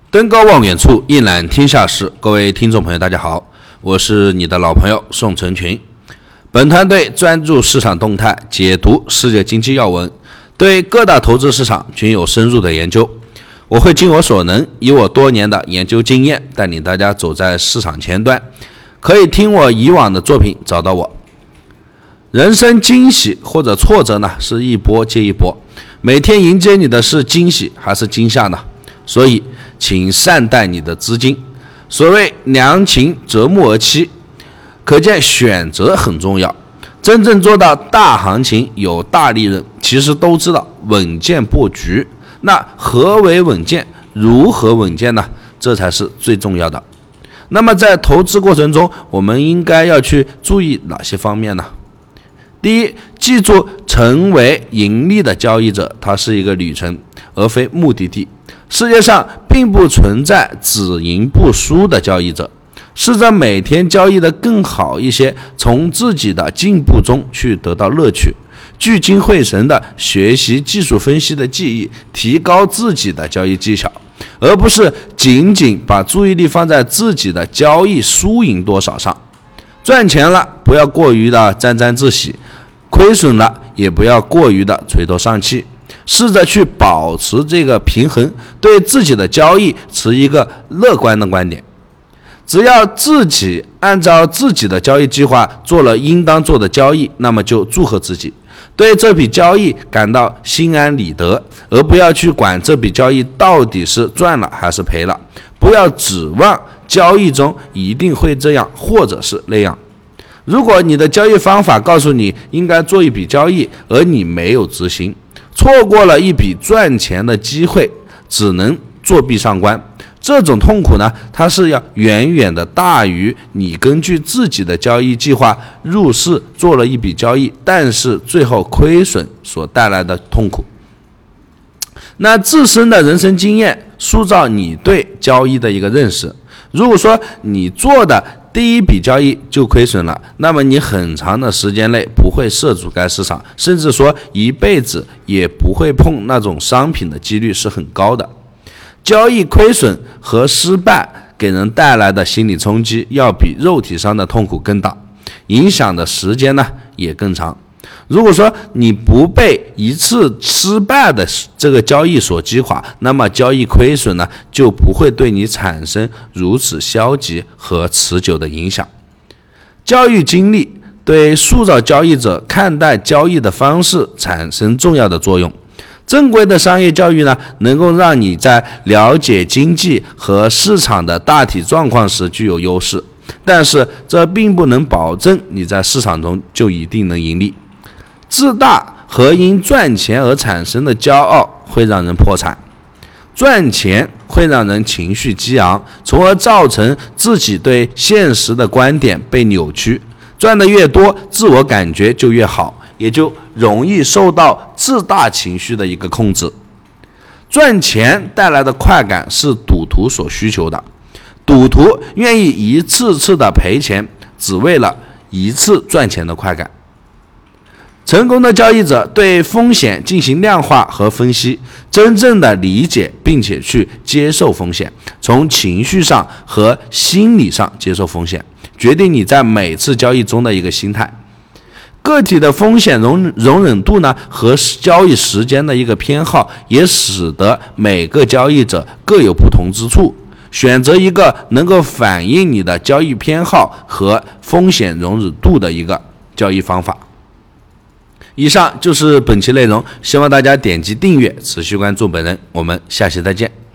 登高望远处，一览天下事。各位听众朋友，大家好，我是你的老朋友宋成群。本团队专注市场动态，解读世界经济要闻，对各大投资市场均有深入的研究。我会尽我所能，以我多年的研究经验，带领大家走在市场前端。可以听我以往的作品找到我。人生惊喜或者挫折呢，是一波接一波。每天迎接你的是惊喜还是惊吓呢？所以请善待你的资金。所谓良禽择木而栖，可见选择很重要。真正做到大行情有大利润，其实都知道稳健布局。那何为稳健？如何稳健呢？这才是最重要的。那么在投资过程中，我们应该要去注意哪些方面呢？第一，记住成为盈利的交易者，它是一个旅程，而非目的地。世界上并不存在只赢不输的交易者，试着每天交易的更好一些，从自己的进步中去得到乐趣，聚精会神的学习技术分析的技艺，提高自己的交易技巧，而不是仅仅把注意力放在自己的交易输赢多少上。赚钱了不要过于的沾沾自喜，亏损了也不要过于的垂头丧气，试着去保持这个平衡，对自己的交易持一个乐观的观点。只要自己按照自己的交易计划做了应当做的交易，那么就祝贺自己，对这笔交易感到心安理得，而不要去管这笔交易到底是赚了还是赔了。不要指望交易中一定会这样或者是那样。如果你的交易方法告诉你应该做一笔交易，而你没有执行，错过了一笔赚钱的机会，只能作弊上关。这种痛苦呢，它是要远远的大于你根据自己的交易计划入市做了一笔交易，但是最后亏损所带来的痛苦。那自身的人生经验塑造你对交易的一个认识。如果说你做的第一笔交易就亏损了，那么你很长的时间内不会涉足该市场，甚至说一辈子也不会碰那种商品的几率是很高的。交易亏损和失败给人带来的心理冲击要比肉体上的痛苦更大，影响的时间呢也更长。如果说你不被一次失败的这个交易所击垮，那么交易亏损呢就不会对你产生如此消极和持久的影响。交易经历对塑造交易者看待交易的方式产生重要的作用。正规的商业教育呢，能够让你在了解经济和市场的大体状况时具有优势，但是这并不能保证你在市场中就一定能盈利。自大和因赚钱而产生的骄傲会让人破产，赚钱会让人情绪激昂，从而造成自己对现实的观点被扭曲。赚得越多，自我感觉就越好，也就容易受到自大情绪的一个控制。赚钱带来的快感是赌徒所需求的，赌徒愿意一次次的赔钱，只为了一次赚钱的快感。成功的交易者对风险进行量化和分析，真正的理解并且去接受风险，从情绪上和心理上接受风险，决定你在每次交易中的一个心态。个体的风险容忍度呢和交易时间的一个偏好，也使得每个交易者各有不同之处。选择一个能够反映你的交易偏好和风险容忍度的一个交易方法。以上就是本期内容，希望大家点击订阅，持续关注本人，我们下期再见。